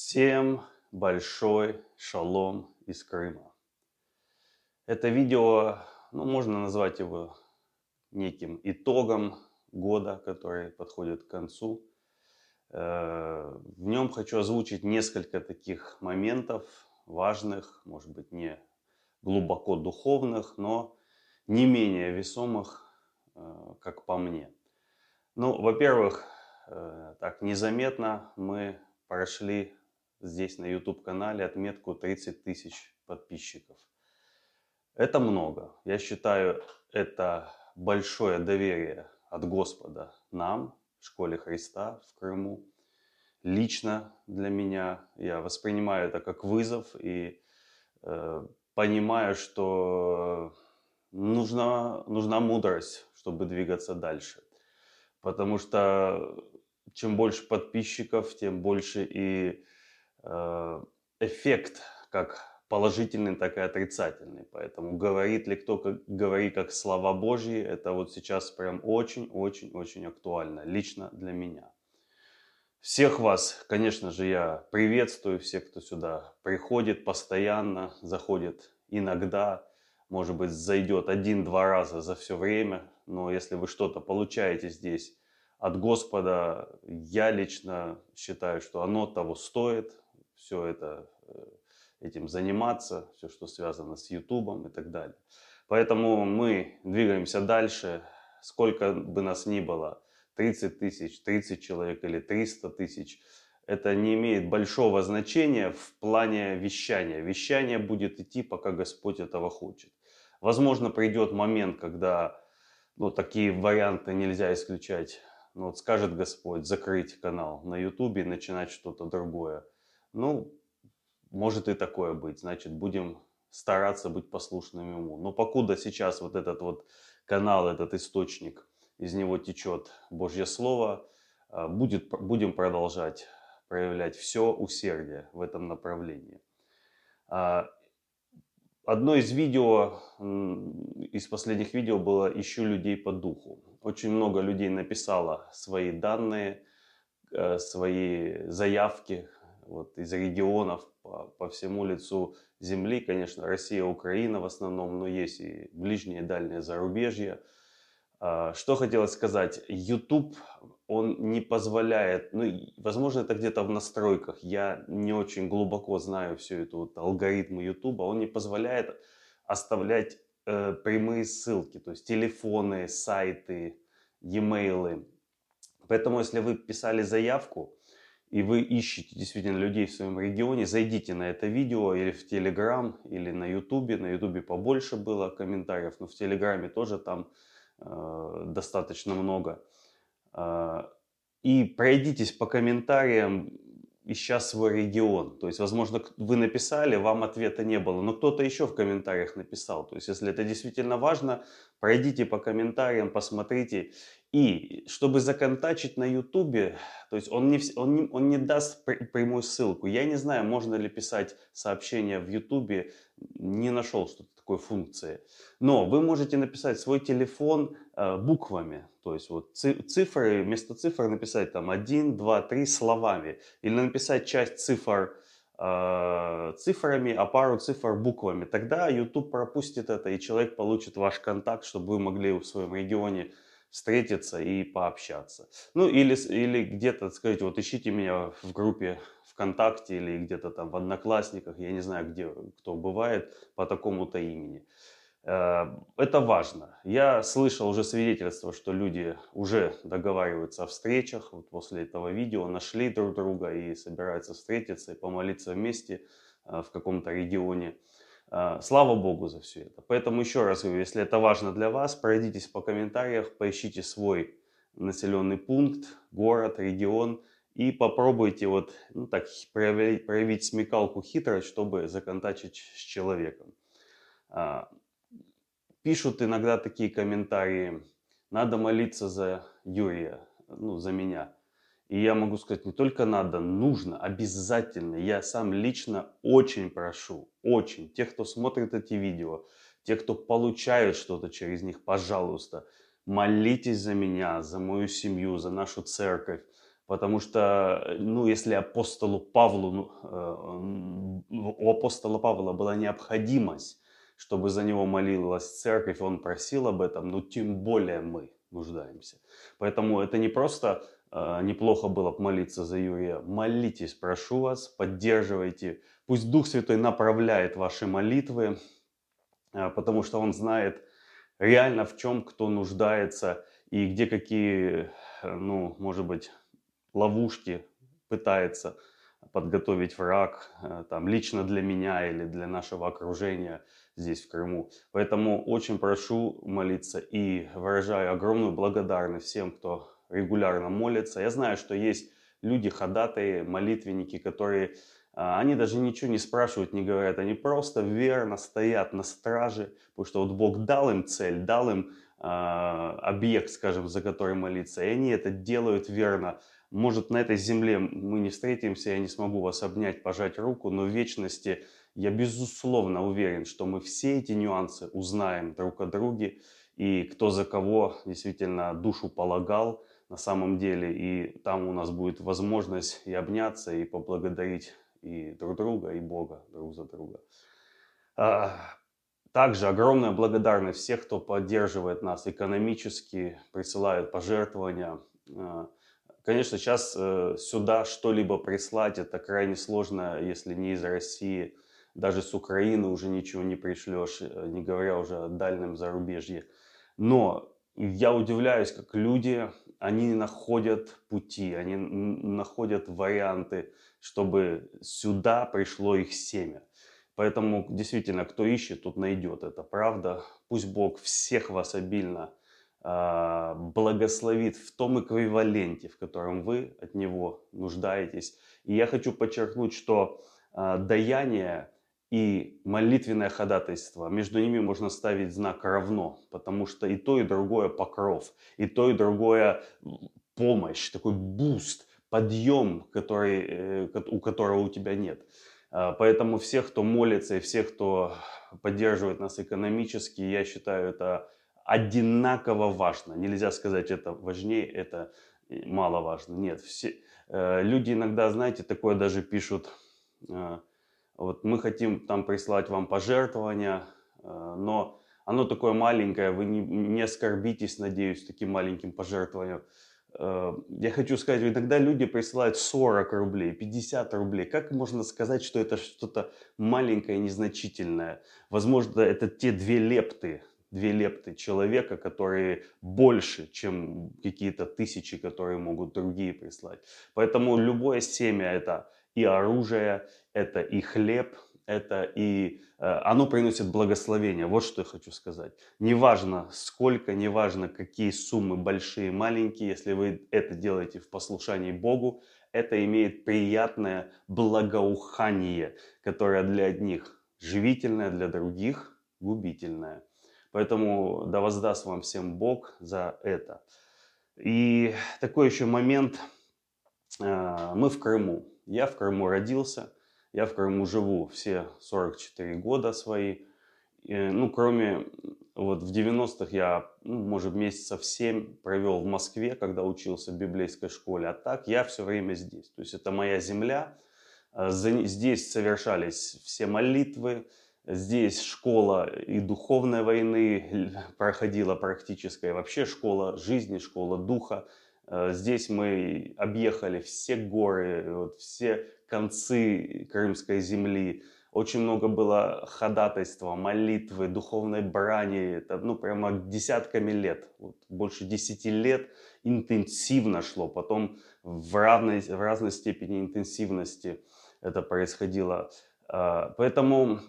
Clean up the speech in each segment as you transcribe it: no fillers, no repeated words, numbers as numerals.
Всем большой шалом из Крыма. Это видео, можно назвать его неким итогом года, который подходит к концу. В нем хочу озвучить несколько таких моментов важных, может быть, не глубоко духовных, но не менее весомых, как по мне. Во-первых, так незаметно мы прошли здесь на YouTube-канале отметку 30 тысяч подписчиков. Это много. Я считаю, это большое доверие от Господа нам, в Школе Христа в Крыму. Лично для меня я воспринимаю это как вызов и понимаю, что нужна мудрость, чтобы двигаться дальше. Потому что чем больше подписчиков, тем больше и эффект как положительный, так и отрицательный. Поэтому говорит ли кто, говори как слова Божьи, это вот сейчас прям очень-очень-очень актуально, лично для меня. Всех вас, конечно же, я приветствую, всех, кто сюда приходит постоянно, заходит иногда, может быть, зайдет 1-2 раза за все время, но если вы что-то получаете здесь от Господа, я лично считаю, что оно того стоит, все это, этим заниматься, все, что связано с Ютубом и так далее. Поэтому мы двигаемся дальше, сколько бы нас ни было, 30 тысяч, 30 человек или 300 тысяч, это не имеет большого значения в плане вещания. Вещание будет идти, пока Господь этого хочет. Возможно, придет момент, когда такие варианты нельзя исключать. Скажет Господь закрыть канал на YouTube и начинать что-то другое. Может и такое быть. Значит, будем стараться быть послушными ему. Но покуда сейчас вот этот вот канал, этот источник, из него течет Божье Слово, будем продолжать проявлять все усердие в этом направлении. Одно из видео, из последних видео было «Ищу людей по духу». Очень много людей написало свои данные, свои заявки из регионов по всему лицу земли. Конечно, Россия, Украина в основном, но есть и ближнее и дальнее зарубежье. Что хотелось сказать, YouTube, он не позволяет, возможно, это где-то в настройках, я не очень глубоко знаю всю эту алгоритмы YouTube, он не позволяет оставлять прямые ссылки, то есть телефоны, сайты, e-mail. Поэтому, если вы писали заявку, и вы ищете действительно людей в своем регионе, зайдите на это видео или в Telegram, или на YouTube. На YouTube побольше было комментариев, но в Телеграме тоже там достаточно много. И пройдитесь по комментариям, ища свой регион. То есть, возможно, вы написали, вам ответа не было, но кто-то еще в комментариях написал. То есть, если это действительно важно, пройдите по комментариям, посмотрите. И чтобы законтачить на YouTube, то есть он не даст прямую ссылку. Я не знаю, можно ли писать сообщения в YouTube, не нашел что-то такой функции. Но вы можете написать свой телефон буквами, то есть цифры, вместо цифр написать там 1, 2, 3 словами. Или написать часть цифр цифрами, а пару цифр буквами. Тогда YouTube пропустит это, и человек получит ваш контакт, чтобы вы могли в своем регионе встретиться и пообщаться. Или где-то сказать, ищите меня в группе ВКонтакте или где-то там в Одноклассниках, я не знаю, где кто бывает по такому-то имени. Это важно. Я слышал уже свидетельства, что люди уже договариваются о встречах. После этого видео нашли друг друга и собираются встретиться и помолиться вместе в каком-то регионе. Слава Богу за все это. Поэтому еще раз говорю, если это важно для вас, пройдитесь по комментариях, поищите свой населенный пункт, город, регион и попробуйте проявить смекалку, хитрость, чтобы законтачить с человеком. Пишут иногда такие комментарии: надо молиться за Юрия, за меня. И я могу сказать, не только надо, нужно, обязательно. Я сам лично очень прошу, очень. Тех, кто смотрит эти видео, те, кто получают что-то через них, пожалуйста, молитесь за меня, за мою семью, за нашу церковь. Потому что, ну, если апостолу Павлу, у апостола Павла была необходимость, чтобы за него молилась церковь, он просил об этом, ну, тем более мы нуждаемся. Поэтому это не просто неплохо было бы молиться за Юрия. Молитесь, прошу вас, поддерживайте. Пусть Дух Святой направляет ваши молитвы, потому что Он знает реально в чем кто нуждается и где какие, ну, может быть, ловушки пытается подготовить враг, там, лично для меня или для нашего окружения здесь, в Крыму. Поэтому очень прошу молиться и выражаю огромную благодарность всем, кто регулярно молится. Я знаю, что есть люди, ходатаи, молитвенники, которые, они даже ничего не спрашивают, не говорят, они просто верно стоят на страже, потому что вот Бог дал им цель, дал им объект, скажем, за который молиться, и они это делают верно. Может, на этой земле мы не встретимся, я не смогу вас обнять, пожать руку, но в вечности я безусловно уверен, что мы все эти нюансы узнаем друг о друге, и кто за кого действительно душу полагал на самом деле, и там у нас будет возможность и обняться, и поблагодарить и друг друга, и Бога друг за друга. Также огромная благодарность всех, кто поддерживает нас экономически, присылает пожертвования. Конечно, сейчас сюда что-либо прислать, это крайне сложно, если не из России. Даже с Украины уже ничего не пришлешь, не говоря уже о дальнем зарубежье. Но я удивляюсь, как люди, они находят пути, они находят варианты, чтобы сюда пришло их семя. Поэтому действительно, кто ищет, тот найдет. Это правда. Пусть Бог всех вас обильно благословит в том эквиваленте, в котором вы от Него нуждаетесь. И я хочу подчеркнуть, что даяние и молитвенное ходатайство, между ними можно ставить знак равно, потому что и то, и другое покров, и то, и другое помощь, такой буст, подъем, у которого у тебя нет. Поэтому всех, кто молится, и всех, кто поддерживает нас экономически, я считаю, это одинаково важно. Нельзя сказать, это важнее, это мало важно. Нет, люди иногда, знаете, такое даже пишут, вот мы хотим там прислать вам пожертвования, но оно такое маленькое, вы не оскорбитесь, надеюсь, таким маленьким пожертвованием. Я хочу сказать, иногда люди присылают 40 рублей, 50 рублей. Как можно сказать, что это что-то маленькое, незначительное? Возможно, это те две лепты человека, которые больше, чем какие-то тысячи, которые могут другие прислать. Поэтому любое семя – это и оружие, это и хлеб, это и оно приносит благословение. Вот что я хочу сказать. Неважно сколько, неважно какие суммы, большие, маленькие, если вы это делаете в послушании Богу, это имеет приятное благоухание, которое для одних живительное, для других губительное. Поэтому да воздаст вам всем Бог за это. И такой еще момент. Мы в Крыму. Я в Крыму родился. Я в Крыму живу все 44 года свои. Ну, кроме вот в 90-х я, может, месяцев 7 провел в Москве, когда учился в библейской школе. А так я все время здесь. То есть это моя земля. Здесь совершались все молитвы. Здесь школа и духовной войны проходила практическая. Вообще школа жизни, школа духа. Здесь мы объехали все горы, вот, все концы крымской земли. Очень много было ходатайства, молитвы, духовной брани. Это, прямо десятками лет. Вот, больше 10 лет интенсивно шло. Потом в разной степени интенсивности это происходило. Поэтому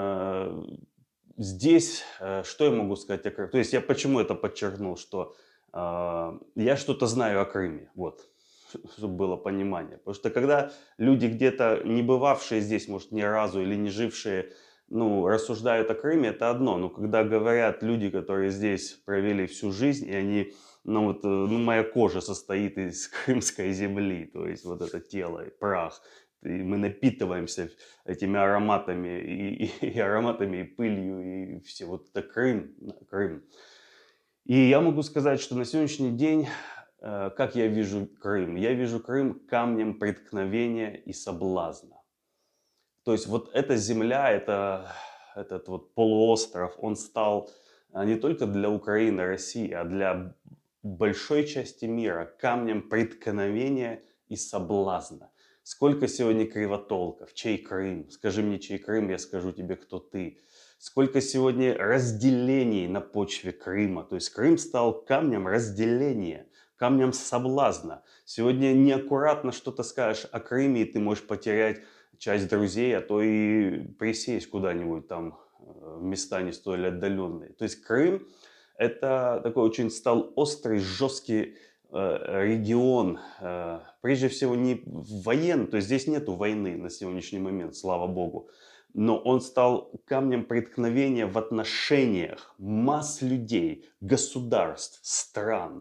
здесь, что я могу сказать о Крыме? То есть я почему это подчеркнул, что я что-то знаю о Крыме, вот, чтобы было понимание. Потому что когда люди где-то не бывавшие здесь, может, ни разу или не жившие, рассуждают о Крыме, это одно. Но когда говорят люди, которые здесь провели всю жизнь, и они, моя кожа состоит из крымской земли, то есть вот это тело и прах, и мы напитываемся этими ароматами, и ароматами, и пылью, и все. Вот это Крым, Крым. И я могу сказать, что на сегодняшний день как я вижу Крым? Я вижу Крым камнем преткновения и соблазна. То есть вот эта земля, этот вот полуостров, он стал не только для Украины, России, а для большой части мира камнем преткновения и соблазна. Сколько сегодня кривотолков, чей Крым? Скажи мне, чей Крым, я скажу тебе, кто ты. Сколько сегодня разделений на почве Крыма. То есть Крым стал камнем разделения, камнем соблазна. Сегодня неаккуратно что-то скажешь о Крыме, и ты можешь потерять часть друзей, а то и присесть куда-нибудь там в места не столь отдаленные. То есть Крым это такой очень стал острый, жесткий регион, прежде всего не военный, то есть здесь нету войны на сегодняшний момент, слава богу, но он стал камнем преткновения в отношениях масс людей, государств, стран.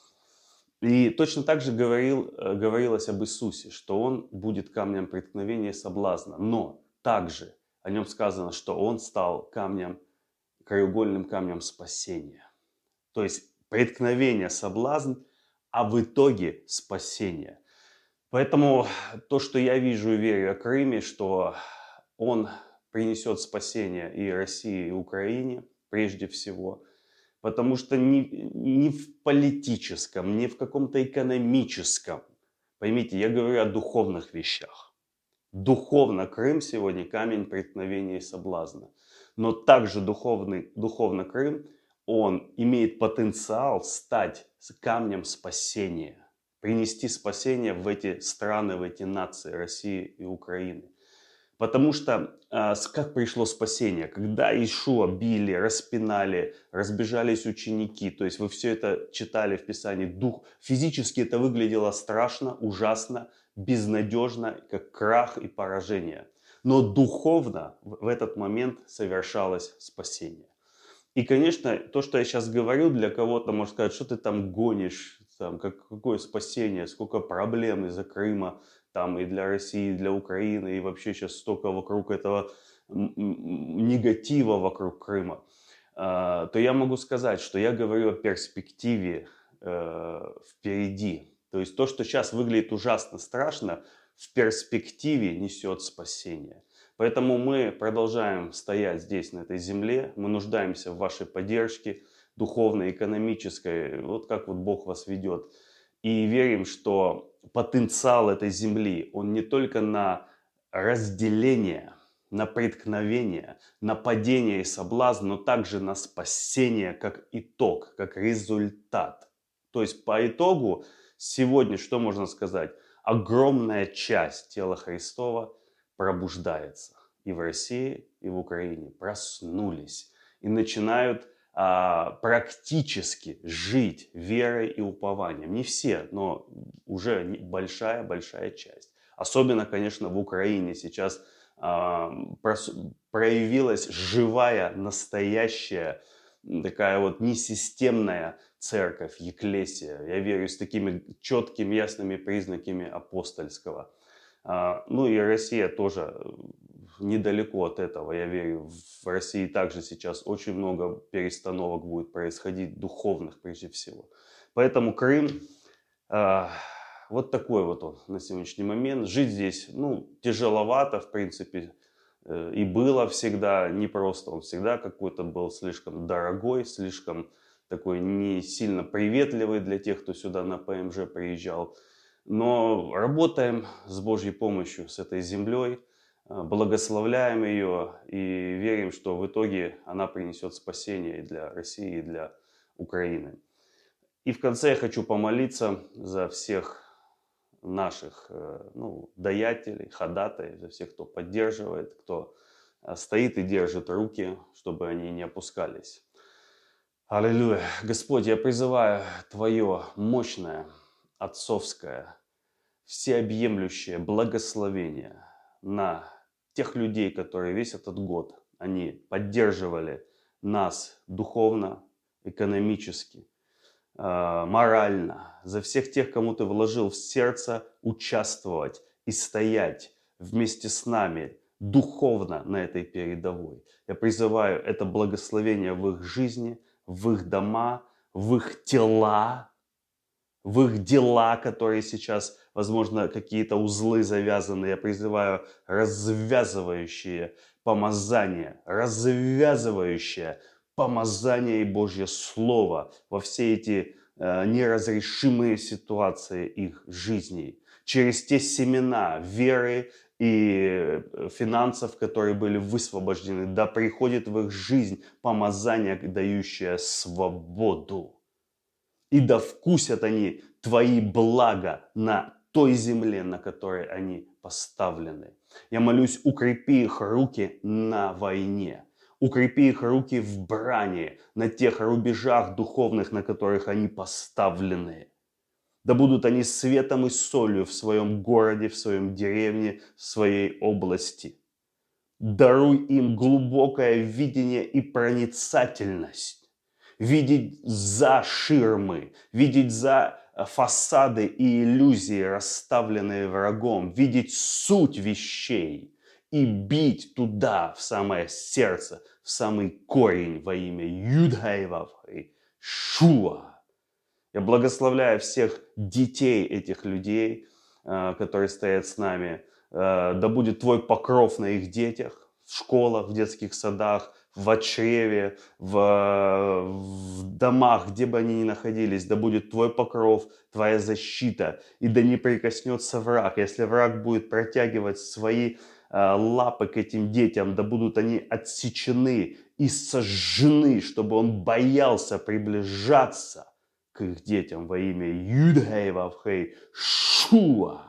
И точно так же говорилось об Иисусе, что Он будет камнем преткновения и соблазна. Но также о Нем сказано, что Он стал камнем, краеугольным камнем спасения. То есть преткновение, соблазн, а в итоге спасение. Поэтому то, что я вижу и верю о Крыме, что он принесет спасение и России, и Украине прежде всего. Потому что не в политическом, не в каком-то экономическом. Поймите, я говорю о духовных вещах. Духовно Крым сегодня камень преткновения и соблазна. Но также духовно Крым, он имеет потенциал стать камнем спасения. Принести спасение в эти страны, в эти нации России и Украины. Потому что как пришло спасение? Когда Иешуа били, распинали, разбежались ученики, то есть вы все это читали в Писании, физически это выглядело страшно, ужасно, безнадежно, как крах и поражение. Но духовно в этот момент совершалось спасение. И, конечно, то, что я сейчас говорю, для кого-то может сказать, что ты там гонишь, там, какое спасение, сколько проблем из-за Крыма, там и для России, и для Украины, и вообще сейчас столько вокруг этого негатива вокруг Крыма, то я могу сказать, что я говорю о перспективе впереди. То есть то, что сейчас выглядит ужасно страшно, в перспективе несет спасение. Поэтому мы продолжаем стоять здесь, на этой земле. Мы нуждаемся в вашей поддержке духовной, экономической. Вот как вот Бог вас ведет. И верим, что потенциал этой земли, он не только на разделение, на преткновение, на падение и соблазн, но также на спасение как итог, как результат. То есть по итогу сегодня, что можно сказать? Огромная часть тела Христова пробуждается. И в России, и в Украине проснулись и начинают практически жить верой и упованием. Не все, но уже большая часть. Особенно, конечно, в Украине сейчас проявилась живая, настоящая, такая вот несистемная церковь, екклесия. Я верю, с такими четкими, ясными признаками апостольского. Ну и Россия тоже недалеко от этого. Я верю, в России также сейчас очень много перестановок будет происходить, духовных прежде всего. Поэтому Крым, вот такой вот он на сегодняшний момент. Жить здесь, тяжеловато, в принципе, и было всегда непросто. Он всегда какой-то был слишком дорогой, слишком такой не сильно приветливый для тех, кто сюда на ПМЖ приезжал. Но работаем с Божьей помощью с этой землей, благословляем ее и верим, что в итоге она принесет спасение и для России, и для Украины. И в конце я хочу помолиться за всех наших даятелей, ходатаев, за всех, кто поддерживает, кто стоит и держит руки, чтобы они не опускались. Аллилуйя. Господь, я призываю Твое мощное, отцовское, всеобъемлющее благословение на тех людей, которые весь этот год, они поддерживали нас духовно, экономически, морально, за всех тех, кому Ты вложил в сердце участвовать и стоять вместе с нами духовно на этой передовой. Я призываю это благословение в их жизни, в их дома, в их тела, в их дела, которые сейчас, возможно, какие-то узлы завязаны. Я призываю развязывающее помазание, развязывающее помазание и Божье Слово во все эти неразрешимые ситуации их жизней. Через те семена веры и финансов, которые были высвобождены, да приходит в их жизнь помазание, дающее свободу. И да вкусят они твои блага на той земле, на которой они поставлены. Я молюсь, укрепи их руки на войне. Укрепи их руки в брани, на тех рубежах духовных, на которых они поставлены. Да будут они светом и солью в своем городе, в своем деревне, в своей области. Даруй им глубокое видение и проницательность. Видеть за ширмы, видеть за фасады и иллюзии, расставленные врагом, видеть суть вещей и бить туда, в самое сердце, в самый корень во имя Юдхаевав и Шуа. Я благословляю всех детей этих людей, которые стоят с нами. Да будет Твой покров на их детях, в школах, в детских садах, в чреве, в домах, где бы они ни находились. Да будет Твой покров, Твоя защита, и да не прикоснется враг. Если враг будет протягивать свои лапы к этим детям, да будут они отсечены и сожжены, чтобы он боялся приближаться к их детям во имя Юдхаевавхей Шуа.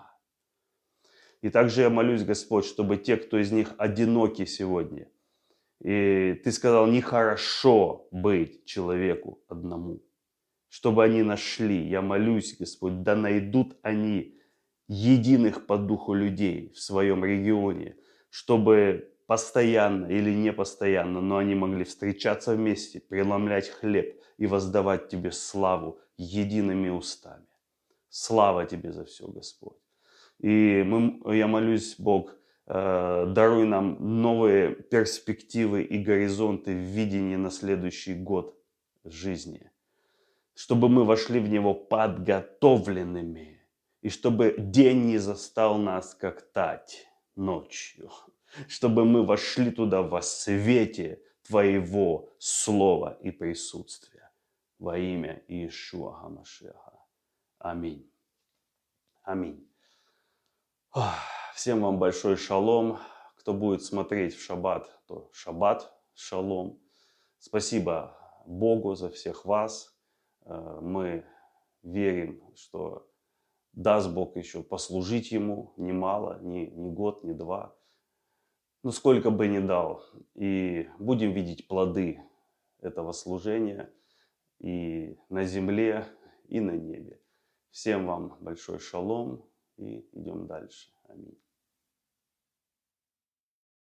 И также я молюсь, Господь, чтобы те, кто из них одиноки сегодня, и Ты сказал, нехорошо быть человеку одному, чтобы они нашли, я молюсь, Господь, да найдут они единых по духу людей в своем регионе, чтобы постоянно или не постоянно, но они могли встречаться вместе, преломлять хлеб и воздавать Тебе славу едиными устами. Слава Тебе за все, Господь. И я молюсь, Бог, даруй нам новые перспективы и горизонты в видении на следующий год жизни, чтобы мы вошли в него подготовленными, и чтобы день не застал нас как тать ночью, чтобы мы вошли туда во свете Твоего Слова и присутствия. Во имя Иешуа Хамашеха. Аминь. Аминь. Всем вам большой шалом. Кто будет смотреть в шаббат, то шаббат шалом. Спасибо Богу за всех вас. Мы верим, что даст Бог еще послужить Ему немало, не год, не два, но сколько бы ни дал. И будем видеть плоды этого служения и на земле, и на небе. Всем вам большой шалом и идем дальше. Аминь.